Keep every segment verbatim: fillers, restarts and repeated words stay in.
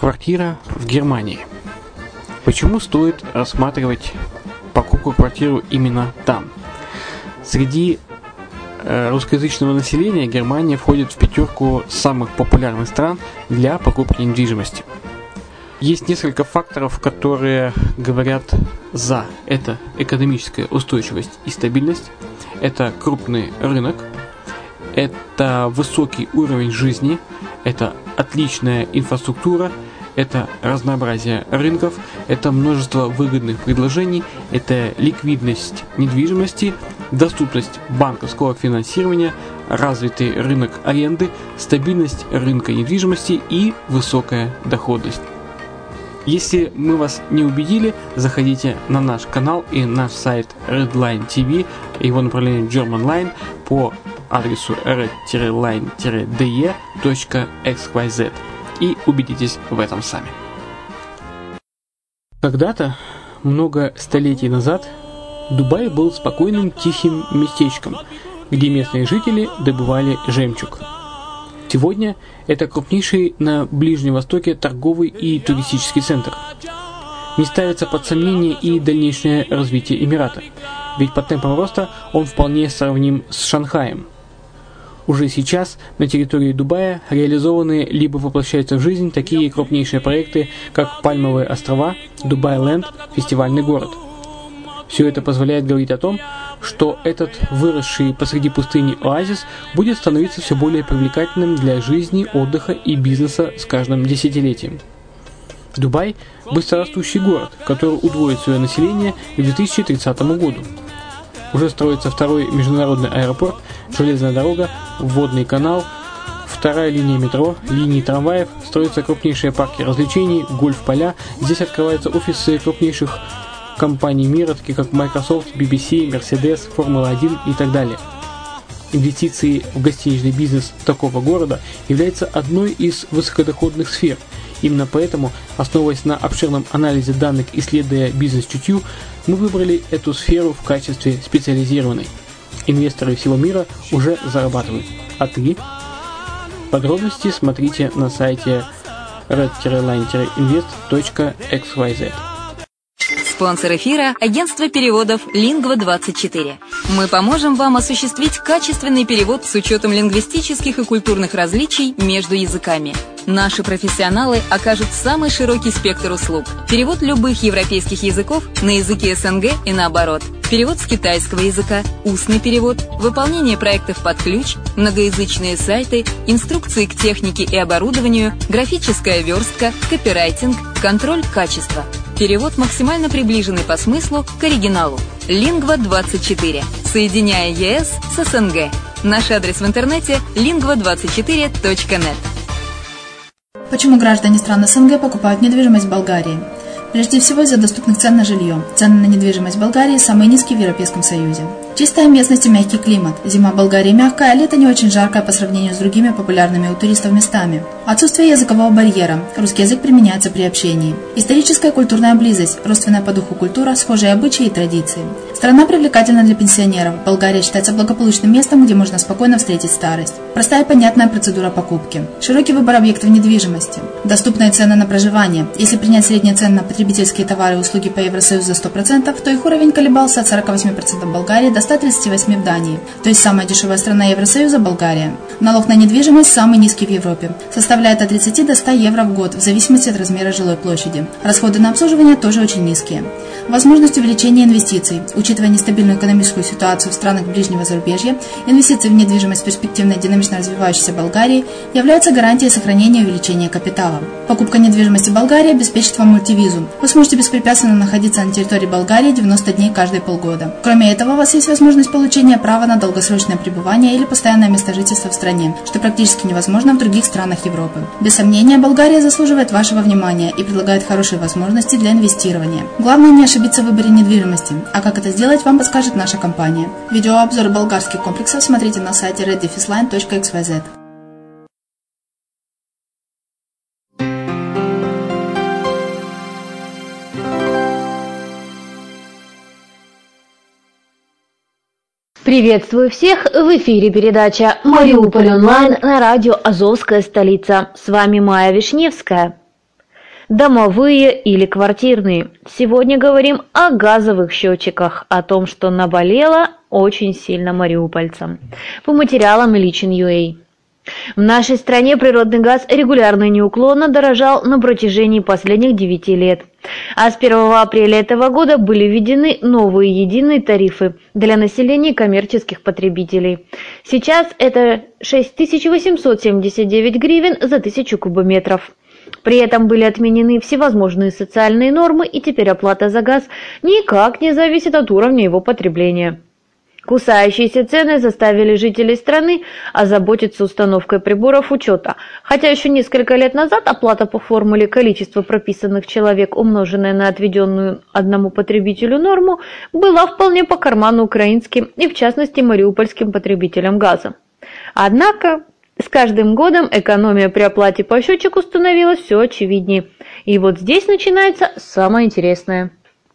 Квартира в Германии. Почему стоит рассматривать покупку квартиры именно там? Среди э, русскоязычного населения Германия входит в пятерку самых популярных стран для покупки недвижимости. Есть несколько факторов, которые говорят за. Это экономическая устойчивость и стабильность, это крупный рынок, это высокий уровень жизни, это отличная инфраструктура, это разнообразие рынков, это множество выгодных предложений, это ликвидность недвижимости, доступность банковского финансирования, развитый рынок аренды, стабильность рынка недвижимости и высокая доходность. Если мы вас не убедили, заходите на наш канал и наш сайт Redline ти ви, его направление Germanline по адресу red line d e точка x y z и убедитесь в этом сами. Когда-то, много столетий назад, Дубай был спокойным тихим местечком, где местные жители добывали жемчуг. Сегодня это крупнейший на Ближнем Востоке торговый и туристический центр. Не ставится под сомнение и дальнейшее развитие Эмирата, ведь по темпам роста он вполне сравним с Шанхаем. Уже сейчас на территории Дубая реализованы либо воплощаются в жизнь такие крупнейшие проекты, как Пальмовые острова, Дубай-Ленд, фестивальный город. Все это позволяет говорить о том, что этот выросший посреди пустыни оазис будет становиться все более привлекательным для жизни, отдыха и бизнеса с каждым десятилетием. Дубай – быстрорастущий город, который удвоит свое население к две тысячи тридцатому году. Уже строится второй международный аэропорт, железная дорога, водный канал, вторая линия метро, линии трамваев, строятся крупнейшие парки развлечений, гольф-поля. Здесь открываются офисы крупнейших компаний мира, таких как Microsoft, би би си, Mercedes, Формула один и так далее. Инвестиции в гостиничный бизнес такого города являются одной из высокодоходных сфер. Именно поэтому, основываясь на обширном анализе данных, исследуя бизнес-чутью, мы выбрали эту сферу в качестве специализированной. Инвесторы всего мира уже зарабатывают. А ты? Подробности смотрите на сайте red line invest точка x y z. Спонсор эфира – агентство переводов лингва двадцать четыре. Мы поможем вам осуществить качественный перевод с учетом лингвистических и культурных различий между языками. Наши профессионалы окажут самый широкий спектр услуг. Перевод любых европейских языков на языки эс эн гэ и наоборот. Перевод с китайского языка, устный перевод, выполнение проектов под ключ, многоязычные сайты, инструкции к технике и оборудованию, графическая верстка, копирайтинг, контроль качества. Перевод максимально приближенный по смыслу к оригиналу. лингва двадцать четыре. Соединяя е эс с эс эн гэ. Наш адрес в интернете лингва двадцать четыре точка нет. Почему граждане стран эс эн гэ покупают недвижимость в Болгарии? Прежде всего из-за доступных цен на жилье. Цены на недвижимость в Болгарии самые низкие в Европейском Союзе. Чистая местность и мягкий климат. Зима в Болгарии мягкая, а лето не очень жаркое по сравнению с другими популярными у туристов местами. Отсутствие языкового барьера. Русский язык применяется при общении. Историческая и культурная близость. Родственная по духу культура, схожие обычаи и традиции. Страна привлекательна для пенсионеров. Болгария считается благополучным местом, где можно спокойно встретить старость. Простая и понятная процедура покупки. Широкий выбор объектов недвижимости. Доступные цены на проживание. Если принять средние цены на потребительские товары и услуги по Евросоюзу за сто процентов, то их уровень колебался от сорок восемь процентов в Болгарии до ста тридцати восьми процентов в Дании. То есть самая дешевая страна Евросоюза – Болгария. Налог на недвижимость самый низкий в Европе. Составляет от тридцати до ста евро в год, в зависимости от размера жилой площади. Расходы на обслуживание тоже очень низкие. Возможность увеличения инвестиций. Учитывая нестабильную экономическую ситуацию в странах ближнего зарубежья, инвестиции в недвижимость в перспективной динамично развивающейся Болгарии являются гарантией сохранения и увеличения капитала. Покупка недвижимости в Болгарии обеспечит вам мультивизу. Вы сможете беспрепятственно находиться на территории Болгарии девяносто дней каждые полгода. Кроме этого, у вас есть возможность получения права на долгосрочное пребывание или постоянное место жительства в стране, что практически невозможно в других странах Европы. Без сомнения, Болгария заслуживает вашего внимания и предлагает хорошие возможности для инвестирования. Главное не ошибиться в выборе недвижимости, а как это сделать, вам подскажет наша компания. Видеообзор болгарских комплексов смотрите на сайте red line точка x y z. Приветствую всех! В эфире передача «Мариуполь онлайн» на радио «Азовская столица». С вами Майя Вишневская. домовые или квартирные. Сегодня говорим о газовых счетчиках, о том, что наболело очень сильно мариупольцам. По материалам Ильчин точка ю а. В нашей стране природный газ регулярно и неуклонно дорожал на протяжении последних девяти лет. А с первого апреля этого года были введены новые единые тарифы для населения и коммерческих потребителей. Сейчас это шесть тысяч восемьсот семьдесят девять гривен за тысячу кубометров. При этом были отменены всевозможные социальные нормы, и теперь оплата за газ никак не зависит от уровня его потребления. Кусающиеся цены заставили жителей страны озаботиться установкой приборов учета, хотя еще несколько лет назад оплата по формуле количество прописанных человек, умноженное на отведенную одному потребителю норму, была вполне по карману украинским и, в частности, мариупольским потребителям газа. Однако с каждым годом экономия при оплате по счетчику становилась все очевиднее. И вот здесь начинается самое интересное.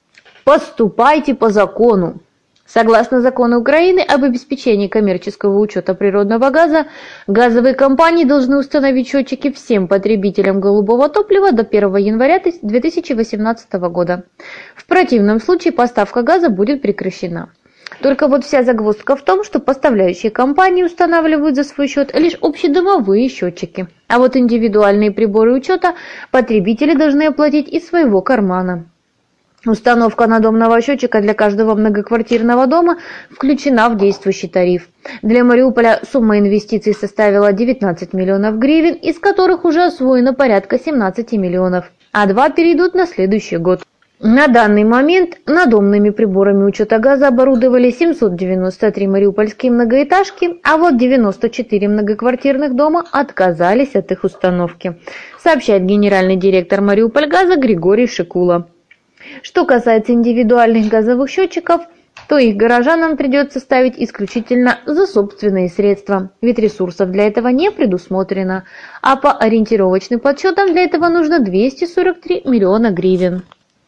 Поступайте по закону. Согласно закону Украины об обеспечении коммерческого учета природного газа, газовые компании должны установить счетчики всем потребителям голубого топлива до первого января две тысячи восемнадцатого года. В противном случае поставка газа будет прекращена. Только вот вся загвоздка в том, что поставляющие компании устанавливают за свой счет лишь общедомовые счетчики, а вот индивидуальные приборы учета потребители должны оплатить из своего кармана. Установка надомного счетчика для каждого многоквартирного дома включена в действующий тариф. Для Мариуполя сумма инвестиций составила девятнадцать миллионов гривен, из которых уже освоено порядка семнадцать миллионов, а два перейдут на следующий год. На данный момент надомными приборами учета газа оборудовали семьсот девяносто три мариупольские многоэтажки, а вот девяносто четыре многоквартирных дома отказались от их установки, сообщает генеральный директор Мариупольгаза Григорий Шикула. Что касается индивидуальных газовых счетчиков, то их горожанам придется ставить исключительно за собственные средства, ведь ресурсов для этого не предусмотрено, а по ориентировочным подсчетам для этого нужно двести сорок три миллиона гривен.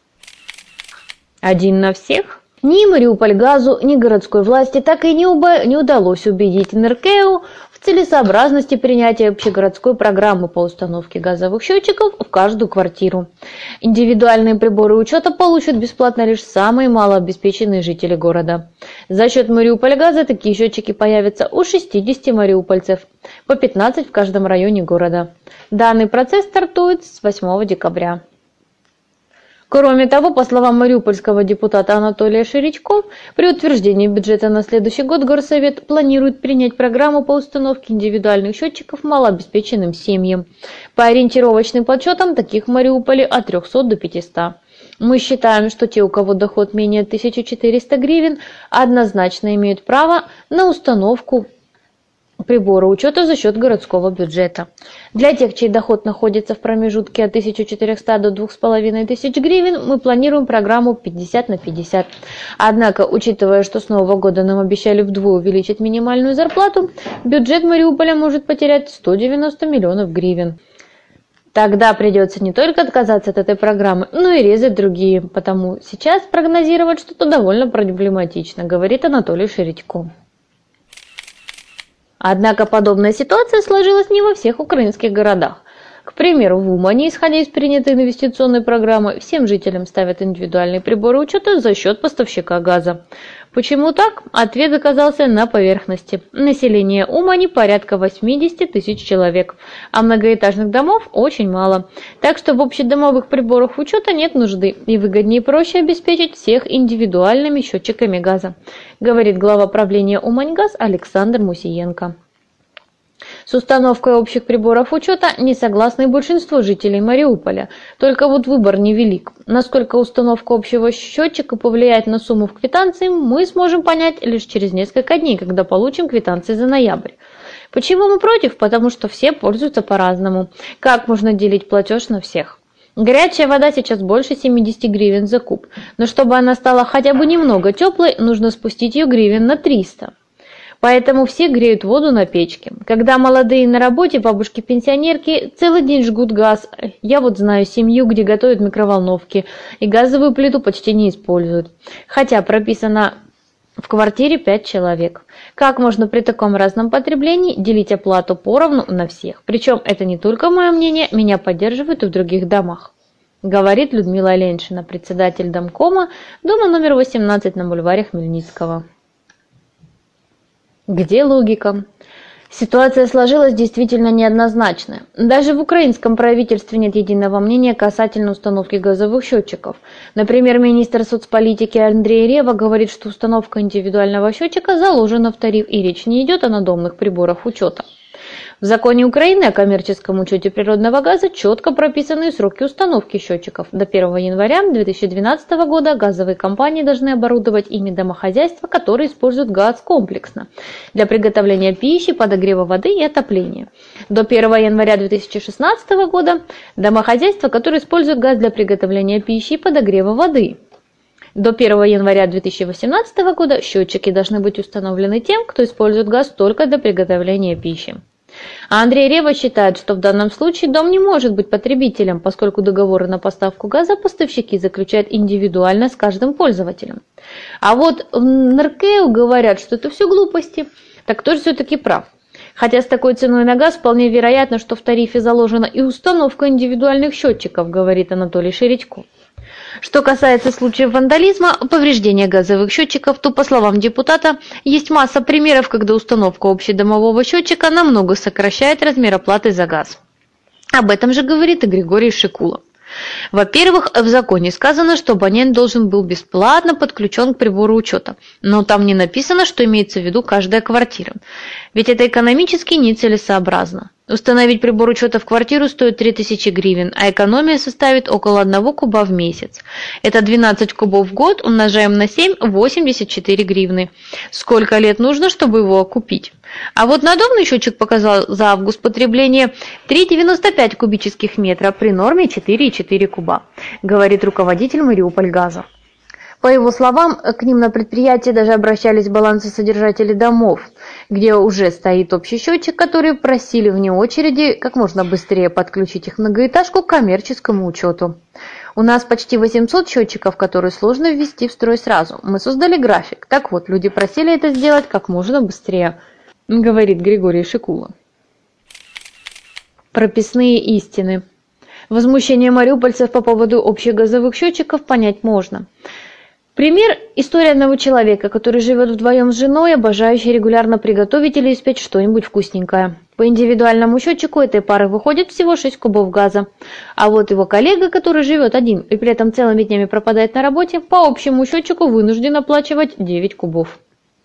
Один на всех? Ни Мариупольгазу, ни городской власти так и не, уба... не удалось убедить НРКЭУ в целесообразности принятия общегородской программы по установке газовых счетчиков в каждую квартиру. Индивидуальные приборы учета получат бесплатно лишь самые малообеспеченные жители города. За счет Мариупольгаза такие счетчики появятся у шестидесяти мариупольцев, по пятнадцать в каждом районе города. Данный процесс стартует с восьмого декабря. Кроме того, по словам мариупольского депутата Анатолия Ширичко, при утверждении бюджета на следующий год Горсовет планирует принять программу по установке индивидуальных счетчиков малообеспеченным семьям. По ориентировочным подсчетам таких в Мариуполе от трёхсот до пятисот. Мы считаем, что те, у кого доход менее тысячи четырёхсот гривен, однозначно имеют право на установку прибора учета за счет городского бюджета. Для тех, чей доход находится в промежутке от тысячи четырёхсот до двух с половиной тысяч гривен, мы планируем программу пятьдесят на пятьдесят. Однако, учитывая, что с нового года нам обещали вдвое увеличить минимальную зарплату, бюджет Мариуполя может потерять сто девяносто миллионов гривен. Тогда придется не только отказаться от этой программы, но и резать другие, потому сейчас прогнозировать что-то довольно проблематично, говорит Анатолий Ширичко. Однако подобная ситуация сложилась не во всех украинских городах. К примеру, в Умане, исходя из принятой инвестиционной программы, всем жителям ставят индивидуальные приборы учета за счет поставщика газа. Почему так? Ответ оказался на поверхности. Население Умани порядка восемьдесят тысяч человек, а многоэтажных домов очень мало. Так что в общедомовых приборах учета нет нужды, и выгоднее и проще обеспечить всех индивидуальными счетчиками газа, говорит глава правления Уманьгаз Александр Мусиенко. С установкой общих приборов учета не согласны большинство жителей Мариуполя, только вот выбор невелик. Насколько установка общего счетчика повлияет на сумму в квитанции, мы сможем понять лишь через несколько дней, когда получим квитанции за ноябрь. Почему мы против? Потому что все пользуются по-разному. Как можно делить платеж на всех? Горячая вода сейчас больше семидесяти гривен за куб, но чтобы она стала хотя бы немного теплой, нужно спустить ее гривен на триста. Поэтому все греют воду на печке. Когда молодые на работе, бабушки-пенсионерки целый день жгут газ. Я вот знаю семью, где готовят микроволновки, и газовую плиту почти не используют. Хотя прописано в квартире пять человек. Как можно при таком разном потреблении делить оплату поровну на всех? Причем это не только мое мнение, меня поддерживают и в других домах. говорит Людмила Леньшина, председатель домкома дома номер восемнадцать на бульваре Хмельницкого. Где логика? Ситуация сложилась действительно неоднозначная. Даже в украинском правительстве нет единого мнения касательно установки газовых счетчиков. Например, министр соцполитики Андрей Рева говорит, что установка индивидуального счетчика заложена в тариф, и речь не идет о надомных приборах учета. В законе Украины о коммерческом учете природного газа четко прописаны сроки установки счетчиков. До первого января две тысячи двенадцатого года газовые компании должны оборудовать ими домохозяйства, которые используют газ комплексно для приготовления пищи, подогрева воды и отопления. До первого января две тысячи шестнадцатого года домохозяйства, которые используют газ для приготовления пищи и подогрева воды. До первого января две тысячи восемнадцатого года счетчики должны быть установлены тем, кто использует газ только для приготовления пищи. А Андрей Рева считает, что в данном случае дом не может быть потребителем, поскольку договоры на поставку газа поставщики заключают индивидуально с каждым пользователем. А вот в эн эр ка у говорят, что это все глупости. Так кто же все-таки прав? Хотя с такой ценой на газ вполне вероятно, что в тарифе заложена и установка индивидуальных счетчиков, говорит Анатолий Шеречко. Что касается случаев вандализма, повреждения газовых счетчиков, то, по словам депутата, есть масса примеров, когда установка общедомового счетчика намного сокращает размер оплаты за газ. Об этом же говорит и Григорий Шикула. Во-первых, в законе сказано, что абонент должен был бесплатно подключен к прибору учета, но там не написано, что имеется в виду каждая квартира, ведь это экономически нецелесообразно. Установить прибор учета в квартиру стоит три тысячи гривен, а экономия составит около одного куба в месяц. Это двенадцать кубов в год, умножаем на семь – восемьдесят четыре гривны. Сколько лет нужно, чтобы его окупить? А вот надомный счетчик показал за август потребление три целых девяносто пять кубических метра при норме четыре целых четыре куба, говорит руководитель Мариупольгаза. По его словам, к ним на предприятии даже обращались балансосодержатели домов, где уже стоит общий счетчик, которые просили вне очереди как можно быстрее подключить их многоэтажку к коммерческому учету. У нас почти восемьсот счетчиков, которые сложно ввести в строй сразу. Мы создали график. Так вот, люди просили это сделать как можно быстрее, говорит Григорий Шикула. Прописные истины. Возмущение мариупольцев по поводу общих газовых счетчиков понять можно. Пример – история одного человека, который живет вдвоем с женой, обожающий регулярно приготовить или испечь что-нибудь вкусненькое. По индивидуальному счетчику этой пары выходит всего шесть кубов газа. А вот его коллега, который живет один и при этом целыми днями пропадает на работе, по общему счетчику вынужден оплачивать девять кубов.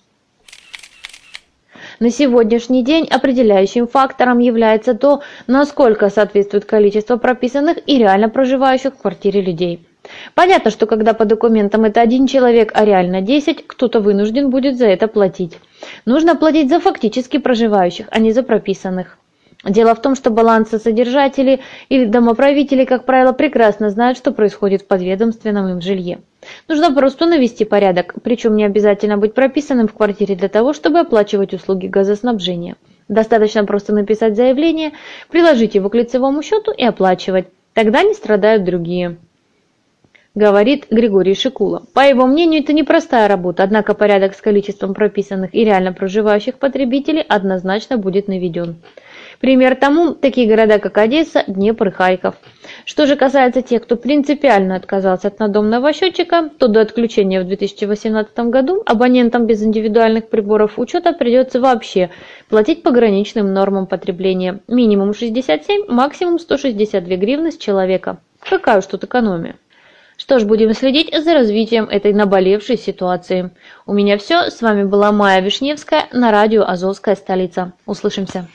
На сегодняшний день определяющим фактором является то, насколько соответствует количество прописанных и реально проживающих в квартире людей. Понятно, что когда по документам это один человек, а реально десять, кто-то вынужден будет за это платить. Нужно платить за фактически проживающих, а не за прописанных. Дело в том, что балансосодержатели или домоправители, как правило, прекрасно знают, что происходит в подведомственном им жилье. Нужно просто навести порядок, причем не обязательно быть прописанным в квартире для того, чтобы оплачивать услуги газоснабжения. Достаточно просто написать заявление, приложить его к лицевому счету и оплачивать. Тогда не страдают другие. Говорит Григорий Шикула. По его мнению, это непростая работа, однако порядок с количеством прописанных и реально проживающих потребителей однозначно будет наведен. Пример тому – такие города, как Одесса, Днепр и Харьков. Что же касается тех, кто принципиально отказался от надомного счетчика, то до отключения в две тысячи восемнадцатом году абонентам без индивидуальных приборов учета придется вообще платить по граничным нормам потребления. Минимум шестьдесят семь, максимум сто шестьдесят две гривны с человека. Какая уж тут экономия. Что ж, будем следить за развитием этой наболевшей ситуации. У меня все. С вами была Майя Вишневская на радио «Азовская столица». Услышимся.